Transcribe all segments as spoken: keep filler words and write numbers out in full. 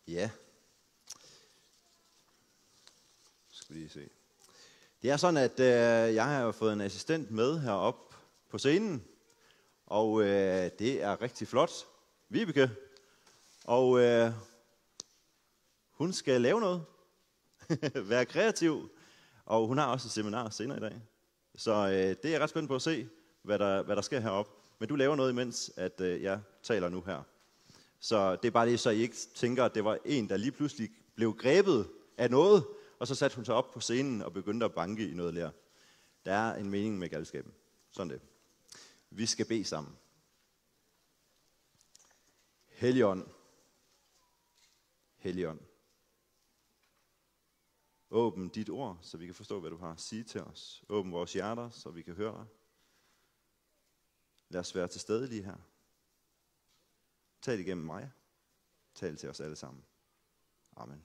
Ja. Skal vi lige se. Det er sådan, at øh, jeg har fået en assistent med heroppe på scenen, og øh, det er rigtig flot. Vibeke. Og øh, hun skal lave noget. Være kreativ. Og hun har også et seminar senere i dag. Så øh, det er jeg ret spændt på at se, hvad der, hvad der sker heroppe. Men du laver noget imens, at øh, jeg taler nu her. Så det er bare lige så I ikke tænker, at det var en, der lige pludselig blev grebet af noget, og så satte hun sig op på scenen og begyndte at banke i noget lær. Der er en mening med galskaben. Sådan det. Vi skal bede sammen. Helligånd. Helligånd. Åbn dit ord, så vi kan forstå, hvad du har at sige til os. Åbn vores hjerter, så vi kan høre dig. Lad os være til stede lige her. Tal igennem mig. Tal til os alle sammen. Amen.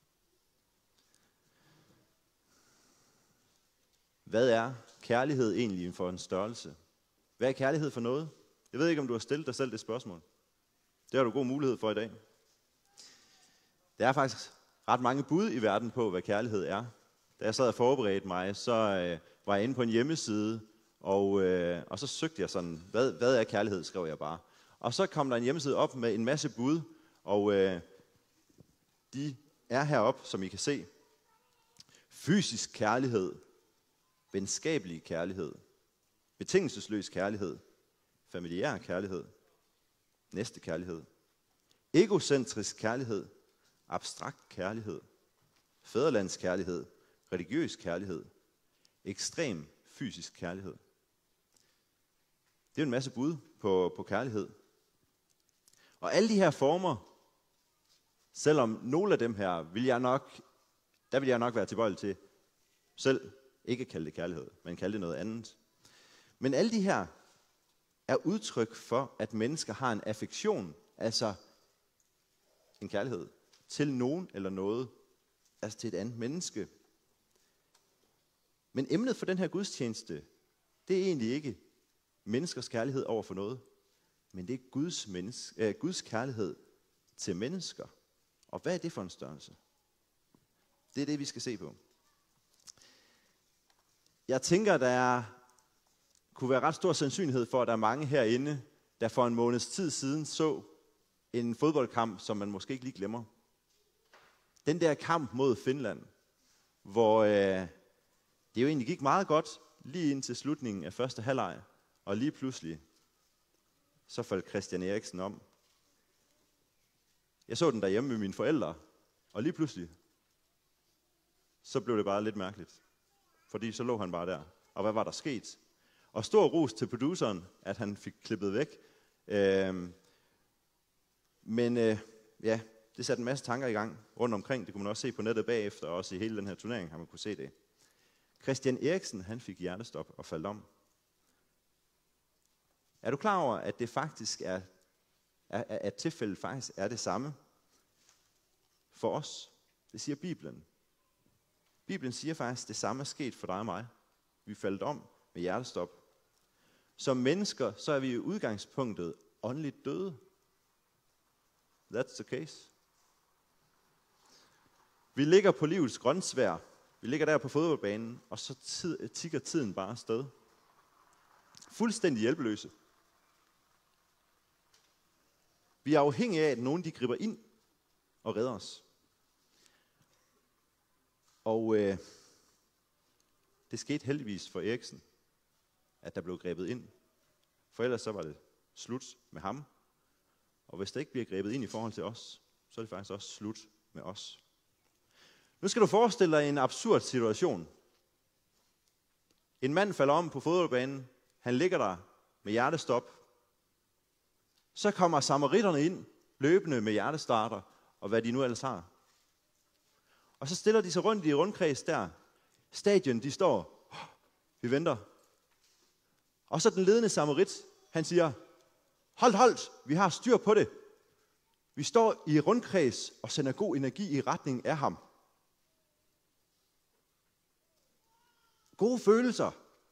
Hvad er kærlighed egentlig for en størrelse? Hvad er kærlighed for noget? Jeg ved ikke, om du har stillet dig selv det spørgsmål. Det har du god mulighed for i dag. Der er faktisk ret mange bud i verden på, hvad kærlighed er. Da jeg sad og forberedte mig, så øh, var jeg inde på en hjemmeside, og, øh, og så søgte jeg sådan, hvad, hvad er kærlighed, skrev jeg bare. Og så kom der en hjemmeside op med en masse bud, og øh, de er heroppe, som I kan se. Fysisk kærlighed, venskabelig kærlighed, betingelsesløs kærlighed, familiær kærlighed, næste kærlighed, egocentrisk kærlighed, abstrakt kærlighed, fædrelandskærlighed, religiøs kærlighed, ekstrem fysisk kærlighed. Det er en masse bud på, på kærlighed. Og alle de her former, selvom nogle af dem her, vil jeg nok, der vil jeg nok være tilbøjelig til selv ikke kalde det kærlighed, men kalde det noget andet. Men alle de her er udtryk for, at mennesker har en affektion, altså en kærlighed, til nogen eller noget, altså til et andet menneske. Men emnet for den her gudstjeneste, det er egentlig ikke menneskers kærlighed over for noget, men det er Guds, menneske, øh, Guds kærlighed til mennesker. Og hvad er det for en størrelse? Det er det, vi skal se på. Jeg tænker, der er, kunne være ret stor sandsynlighed for, at der er mange herinde, der for en måneds tid siden så en fodboldkamp, som man måske ikke lige glemmer. Den der kamp mod Finland, hvor øh, det jo egentlig gik meget godt, lige ind til slutningen af første halvleg, og lige pludselig, så faldt Christian Eriksen om. Jeg så den derhjemme med mine forældre, og lige pludselig, så blev det bare lidt mærkeligt. Fordi så lå han bare der. Og hvad var der sket? Og stor ros til produceren, at han fik klippet væk. Øh, men øh, ja, det satte en masse tanker i gang rundt omkring. Det kunne man også se på nettet bagefter, og også i hele den her turnering har man kunne se det. Christian Eriksen, han fik hjertestop og faldt om. Er du klar over, at det faktisk er, at tilfældet faktisk er det samme for os? Det siger Bibelen. Bibelen siger faktisk, at det samme er sket for dig og mig. Vi faldt om med hjertestop. Som mennesker, så er vi i udgangspunktet åndeligt døde. That's the case. Vi ligger på livets grønsvær. Vi ligger der på fodboldbanen, og så tid, tikker tiden bare afsted. Fuldstændig hjælpeløse. Vi er afhængige af, at nogen de griber ind og redder os. Og øh, det skete heldigvis for Eriksen, at der blev grebet ind. For ellers så var det slut med ham. Og hvis der ikke bliver grebet ind i forhold til os, så er det faktisk også slut med os. Nu skal du forestille dig en absurd situation. En mand falder om på fodboldbanen. Han ligger der med hjertestop. Så kommer samaritterne ind, løbende med hjertestarter, og hvad de nu ellers har. Og så stiller de sig rundt i rundkreds der. Stadion, de står. Oh, vi venter. Og så den ledende samarit, han siger, hold, hold, vi har styr på det. Vi står i rundkreds og sender god energi i retning af ham. Gode følelser.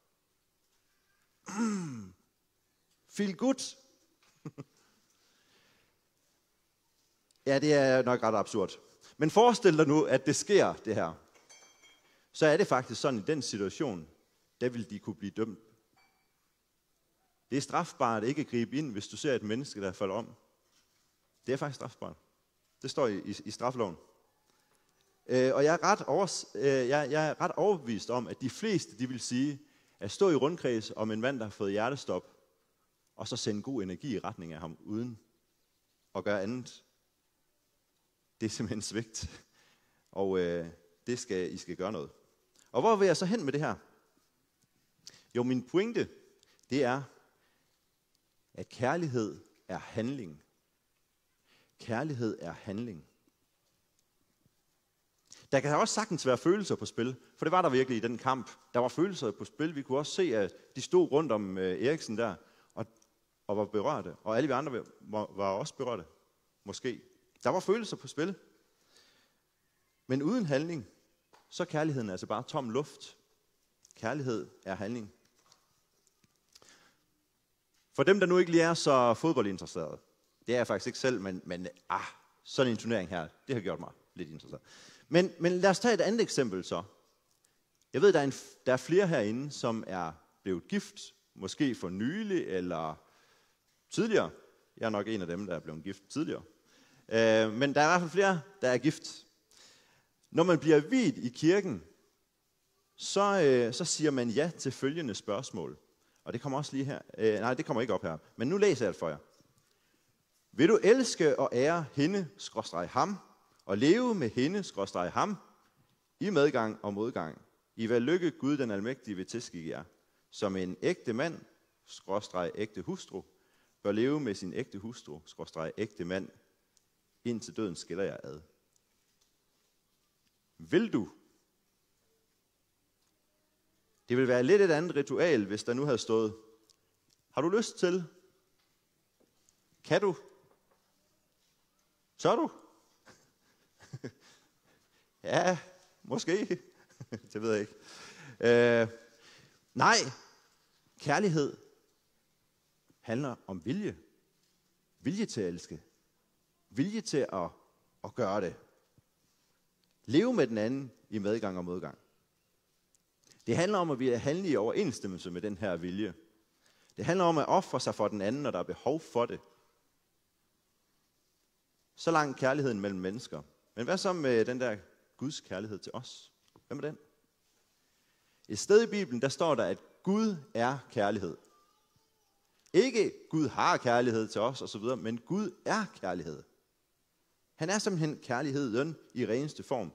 Mm. Feel good. Ja, det er nok ret absurd. Men forestil dig nu, at det sker, det her. Så er det faktisk sådan, i den situation, der vil de kunne blive dømt. Det er strafbart at ikke gribe ind, hvis du ser et menneske, der falder om. Det er faktisk strafbart. Det står i, i, i strafloven. Øh, og jeg er, ret over, øh, jeg, jeg er ret overbevist om, at de fleste, de vil sige, at stå i rundkreds om en mand, der har fået hjertestop, og så sende god energi i retning af ham, uden at gøre andet. Det er simpelthen svigt. Og øh, det skal, I skal gøre noget. Og hvor vil jeg så hen med det her? Jo, min pointe, det er, at kærlighed er handling. Kærlighed er handling. Der kan også sagtens være følelser på spil, for det var der virkelig i den kamp. Der var følelser på spil. Vi kunne også se, at de stod rundt om Eriksen der, og, og var berørte. Og alle vi andre var, var også berørte. Måske. Der var følelser på spil. Men uden handling, så er kærligheden altså bare tom luft. Kærlighed er handling. For dem, der nu ikke lige er så fodboldinteresserede, det er jeg faktisk ikke selv, men, men ah, sådan en turnering her, det har gjort mig lidt interesseret. Men, men lad os tage et andet eksempel så. Jeg ved, der er, en, der er flere herinde, som er blevet gift, måske for nylig eller tidligere. Jeg er nok en af dem, der er blevet gift tidligere. Øh, men der er i hvert fald flere, der er gift. Når man bliver viet i kirken, så, øh, så siger man ja til følgende spørgsmål. Og det kommer også lige her. Øh, nej, det kommer ikke op her. Men nu læser jeg det for jer. Vil du elske og ære hende, skråstreg ham, og leve med hende, skråstreg ham, i medgang og modgang, i hvad lykke Gud den almægtige vil tilskikke jer, som en ægte mand, skråstreg ægte hustru, bør leve med sin ægte hustru, skråstreg ægte mand, indtil døden skiller jer ad. Vil du? Det vil være lidt et andet ritual, hvis der nu havde stået, har du lyst til? Kan du? Tør du? Ja, måske. Det ved jeg ikke. Øh, nej, kærlighed handler om vilje. Vilje til at elske. Vilje til at, at gøre det. Leve med den anden i medgang og modgang. Det handler om at vi er handle i overensstemmelse med den her vilje. Det handler om at ofre sig for den anden, når der er behov for det. Så langt kærligheden mellem mennesker. Men hvad så med den der Guds kærlighed til os? Hvad med den? Et sted i Bibelen, der står der, at Gud er kærlighed. Ikke Gud har kærlighed til os osv., men Gud er kærlighed. Han er simpelthen kærligheden i reneste form.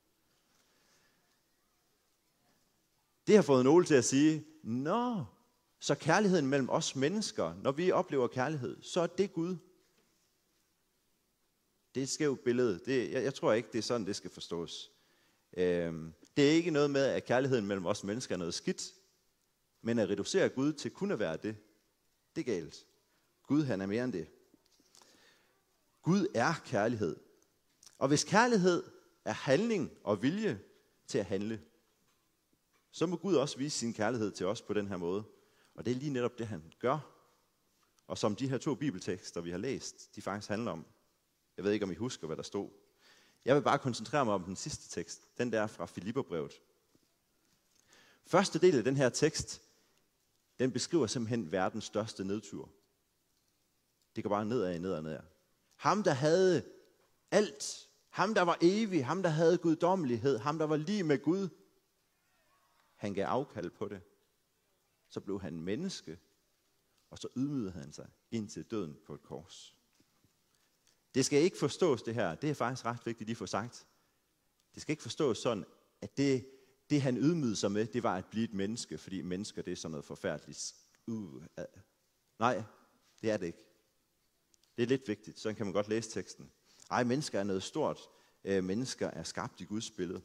Det har fået nogle til at sige, nå, så kærligheden mellem os mennesker, når vi oplever kærlighed, så er det Gud. Det er et skævt billede. Det, jeg, jeg tror ikke, det er sådan, det skal forstås. Øhm, det er ikke noget med, at kærligheden mellem os mennesker er noget skidt, men at reducere Gud til kun at være det, det er galt. Gud, han er mere end det. Gud er kærlighed. Og hvis kærlighed er handling og vilje til at handle, så må Gud også vise sin kærlighed til os på den her måde. Og det er lige netop det, han gør. Og som de her to bibeltekster, vi har læst, de faktisk handler om. Jeg ved ikke, om I husker, hvad der stod. Jeg vil bare koncentrere mig om den sidste tekst. Den der fra Filipperbrevet. Første del af den her tekst, den beskriver simpelthen verdens største nedtur. Det går bare nedad, nedad, nedad. Ham, der havde alt. Ham, der var evig. Ham, der havde guddommelighed. Ham, der var lige med Gud. Han gav afkald på det. Så blev han menneske. Og så ydmygede han sig indtil døden på et kors. Det skal ikke forstås det her. Det er faktisk ret vigtigt lige at få sagt. Det skal ikke forstås sådan, at det, det han ydmygede sig med, det var at blive et menneske. Fordi mennesker, det er sådan noget forfærdeligt. Uh, uh. Nej, det er det ikke. Det er lidt vigtigt. Sådan kan man godt læse teksten. Ej, mennesker er noget stort. Uh, mennesker er skabt i Guds billede.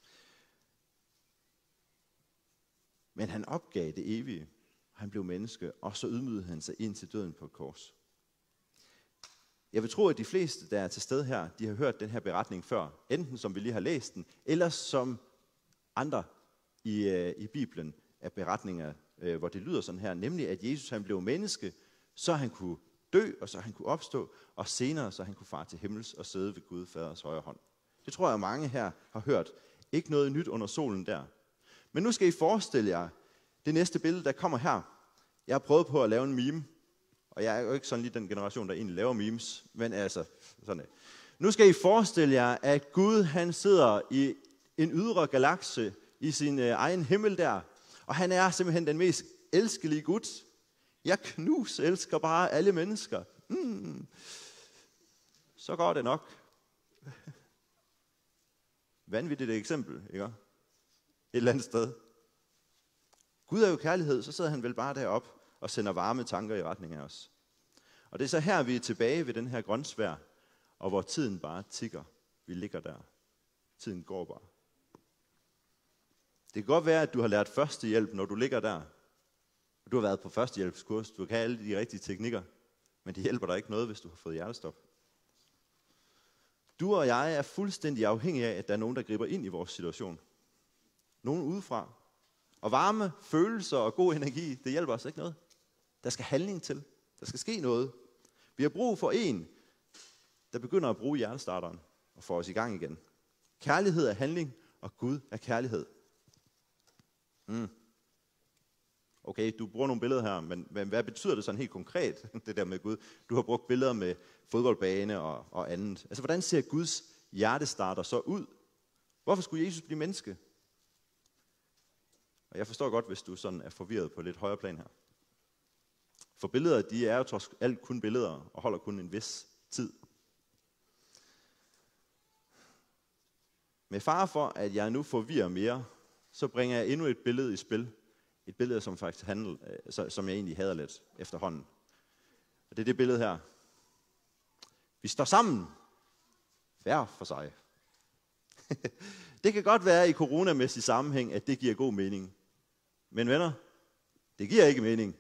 Men han opgav det evige. Han blev menneske, og så ydmygede han sig ind til døden på et kors. Jeg vil tro, at de fleste, der er til stede her, de har hørt den her beretning før. Enten som vi lige har læst den, eller som andre i, øh, i Bibelen af beretninger, øh, hvor det lyder sådan her. Nemlig, at Jesus han blev menneske, så han kunne dø, og så han kunne opstå, og senere så han kunne fare til himmels og sidde ved Gud Faders højre hånd. Det tror jeg, mange her har hørt. Ikke noget nyt under solen der. Men nu skal I forestille jer det næste billede, der kommer her. Jeg har prøvet på at lave en meme, og jeg er jo ikke sådan lige den generation, der egentlig laver memes, men altså sådan det. Nu skal I forestille jer, at Gud han sidder i en ydre galakse i sin øh, egen himmel der, og han er simpelthen den mest elskelige Gud. Jeg knus elsker bare alle mennesker. Mm. Så går det nok. Vanvittigt et eksempel, ikke? Et eller andet sted. Gud er jo kærlighed, så sidder han vel bare deroppe og sender varme tanker i retning af os. Og det er så her, vi er tilbage ved den her grønsvær, og hvor tiden bare tikker. Vi ligger der. Tiden går bare. Det kan godt være, at du har lært førstehjælp, når du ligger der. Du har været på førstehjælpskurs, du kan alle de rigtige teknikker, men det hjælper dig ikke noget, hvis du har fået hjertestop. Du og jeg er fuldstændig afhængige af, at der er nogen, der griber ind i vores situation. Nogen udefra. Og varme, følelser og god energi, det hjælper os ikke noget. Der skal handling til. Der skal ske noget. Vi har brug for en, der begynder at bruge hjertestarteren og får os i gang igen. Kærlighed er handling, og Gud er kærlighed. Mm. Okay, du bruger nogle billeder her, men, men hvad betyder det sådan helt konkret, det der med Gud? Du har brugt billeder med fodboldbane og, og andet. Altså, hvordan ser Guds hjertestarter så ud? Hvorfor skulle Jesus blive menneske? Og jeg forstår godt, hvis du sådan er forvirret på lidt højere plan her. For billeder, de er jo trods alt kun billeder, og holder kun en vis tid. Med fare for, at jeg nu forvirrer mere, så bringer jeg endnu et billede i spil. Et billede, som faktisk handler, som jeg egentlig hader lidt efterhånden. Og det er det billede her. Vi står sammen. Hver for sig. Det kan godt være i coronamæssig sammenhæng, at det giver god mening. Men venner, det giver ikke mening.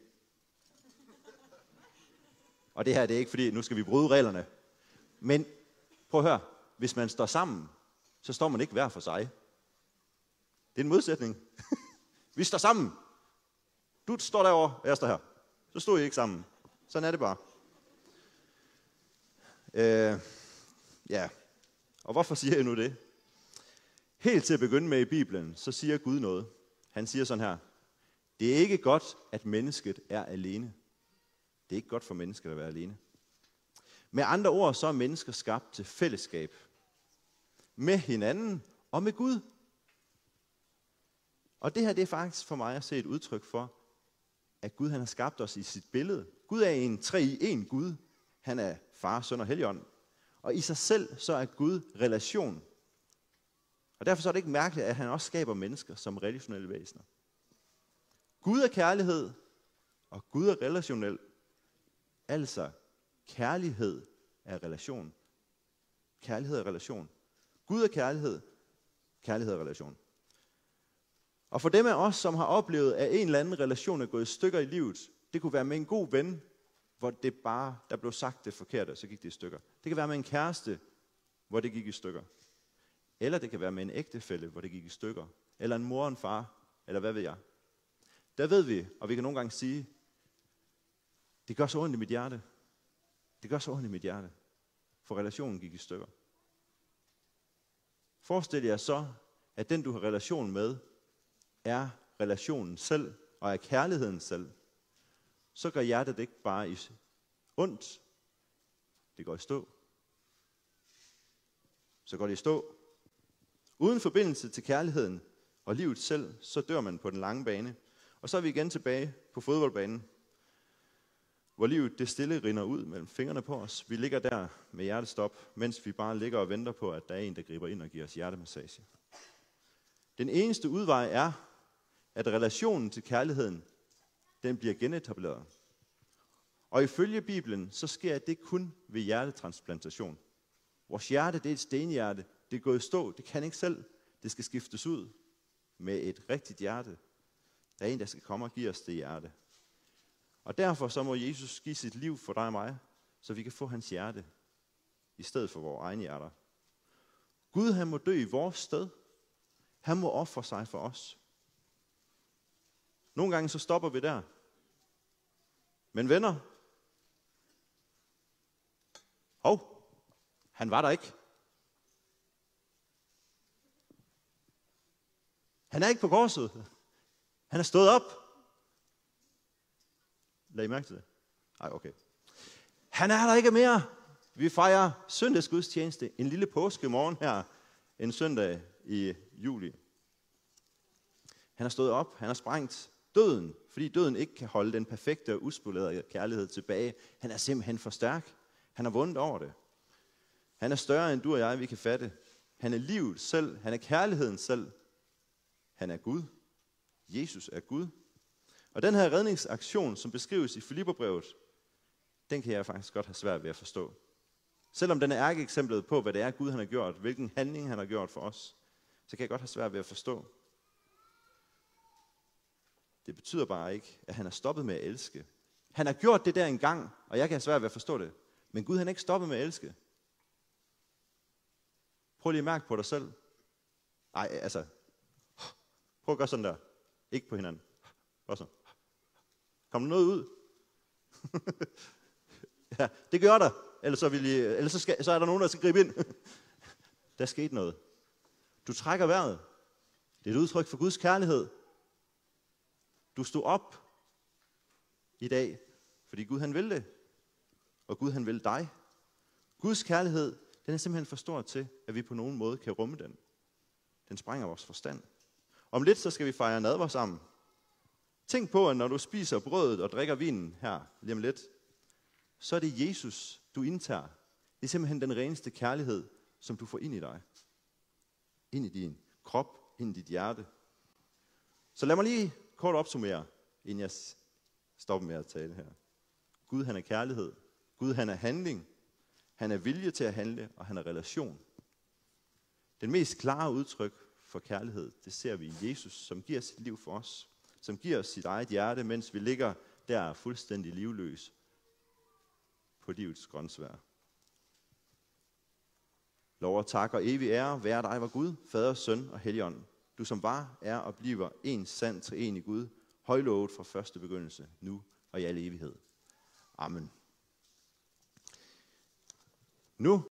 Og det her, det er ikke fordi, nu skal vi bryde reglerne. Men prøv at høre, hvis man står sammen, så står man ikke hver for sig. Det er en modsætning. Vi står sammen. Du står derovre, og jeg står her. Så står I ikke sammen. Sådan er det bare. Øh, ja, og hvorfor siger jeg nu det? Helt til at begynde med i Bibelen, så siger Gud noget. Han siger sådan her. Det er ikke godt, at mennesket er alene. Det er ikke godt for mennesket at være alene. Med andre ord, så er mennesker skabt til fællesskab. Med hinanden og med Gud. Og det her, det er faktisk for mig at se et udtryk for, at Gud han har skabt os i sit billede. Gud er en tre i en Gud. Han er far, søn og helligånd. Og i sig selv, så er Gud relation. Og derfor så er det ikke mærkeligt, at han også skaber mennesker som relationelle væsener. Gud er kærlighed, og Gud er relationel. Altså, kærlighed er relation. Kærlighed er relation. Gud er kærlighed. Kærlighed er relation. Og for dem af os, som har oplevet, at en eller anden relation er gået i stykker i livet, det kunne være med en god ven, hvor det bare, der blev sagt det forkerte, så gik det i stykker. Det kan være med en kæreste, hvor det gik i stykker. Eller det kan være med en ægtefælle, hvor det gik i stykker. Eller en mor og en far, eller hvad ved jeg. Der ved vi, og vi kan nogle gange sige, det gør så ondt i mit hjerte. Det gør så ondt i mit hjerte, for relationen gik i stykker. Forestil jer så, at den du har relation med, er relationen selv, og er kærligheden selv. Så gør hjertet ikke bare i ondt, det går i stå. Så går det i stå. Uden forbindelse til kærligheden og livet selv, så dør man på den lange bane. Og så er vi igen tilbage på fodboldbanen, hvor livet det stille rinder ud mellem fingrene på os. Vi ligger der med hjertestop, mens vi bare ligger og venter på, at der er en, der griber ind og giver os hjertemassage. Den eneste udvej er, at relationen til kærligheden, den bliver genetableret. Og ifølge Bibelen, så sker det kun ved hjertetransplantation. Vores hjerte, det er et stenhjerte. Det er gået i stå. Det kan ikke selv. Det skal skiftes ud med et rigtigt hjerte. Der er en, der skal komme og give os det hjerte. Og derfor så må Jesus give sit liv for dig og mig, så vi kan få hans hjerte i stedet for vores egne hjerter. Gud, han må dø i vores sted. Han må ofre sig for os. Nogle gange så stopper vi der. Men venner, hov, han var der ikke. Han er ikke på korset. Han er stået op. Lad I mærke til det? Nej, okay. Han er der ikke mere. Vi fejrer søndagsgudstjeneste en lille påskemorgen her, en søndag i juli. Han er stået op, han har sprængt døden, fordi døden ikke kan holde den perfekte og uspolerede kærlighed tilbage. Han er simpelthen for stærk. Han har vundet over det. Han er større end du og jeg, vi kan fatte. Han er livet selv, han er kærligheden selv. Han er Gud. Jesus er Gud. Og den her redningsaktion, som beskrives i Filipperbrevet, den kan jeg faktisk godt have svært ved at forstå. Selvom den er ærkeeksemplet på, hvad det er, Gud han har gjort, hvilken handling han har gjort for os, så kan jeg godt have svært ved at forstå. Det betyder bare ikke, at han er stoppet med at elske. Han har gjort det der engang, og jeg kan have svært ved at forstå det. Men Gud han er ikke stoppet med at elske. Prøv lige at mærke på dig selv. Ej, altså. Prøv at gøre sådan der. Ikke på hinanden. Gør sådan. Kom der noget ud? Ja, det gør der. Ellers, så, vil I, ellers så, skal, så er der nogen, der skal gribe ind. Der skete noget. Du trækker vejret. Det er et udtryk for Guds kærlighed. Du stod op i dag, fordi Gud han vil det. Og Gud han vil dig. Guds kærlighed, den er simpelthen for stor til, at vi på nogen måde kan rumme den. Den sprænger vores forstand. Om lidt så skal vi fejre nadver sammen. Tænk på, at når du spiser brødet og drikker vinen her lige om lidt, så er det Jesus, du indtager. Det er simpelthen den reneste kærlighed, som du får ind i dig. Ind i din krop, ind i dit hjerte. Så lad mig lige kort opsummere, inden jeg stopper med at tale her. Gud han er kærlighed. Gud han er handling. Han er vilje til at handle, og han er relation. Den mest klare udtryk for kærlighed, det ser vi i Jesus, som giver sit liv for os. Som giver os sit eget hjerte, mens vi ligger der fuldstændig livløs på livets grønsvær. Lov og tak og evig ære være dig, vor Gud, Fader, Søn og Helligånd. Du som var, er og bliver en sand treenig Gud, højlovet fra første begyndelse, nu og i al evighed. Amen. Nu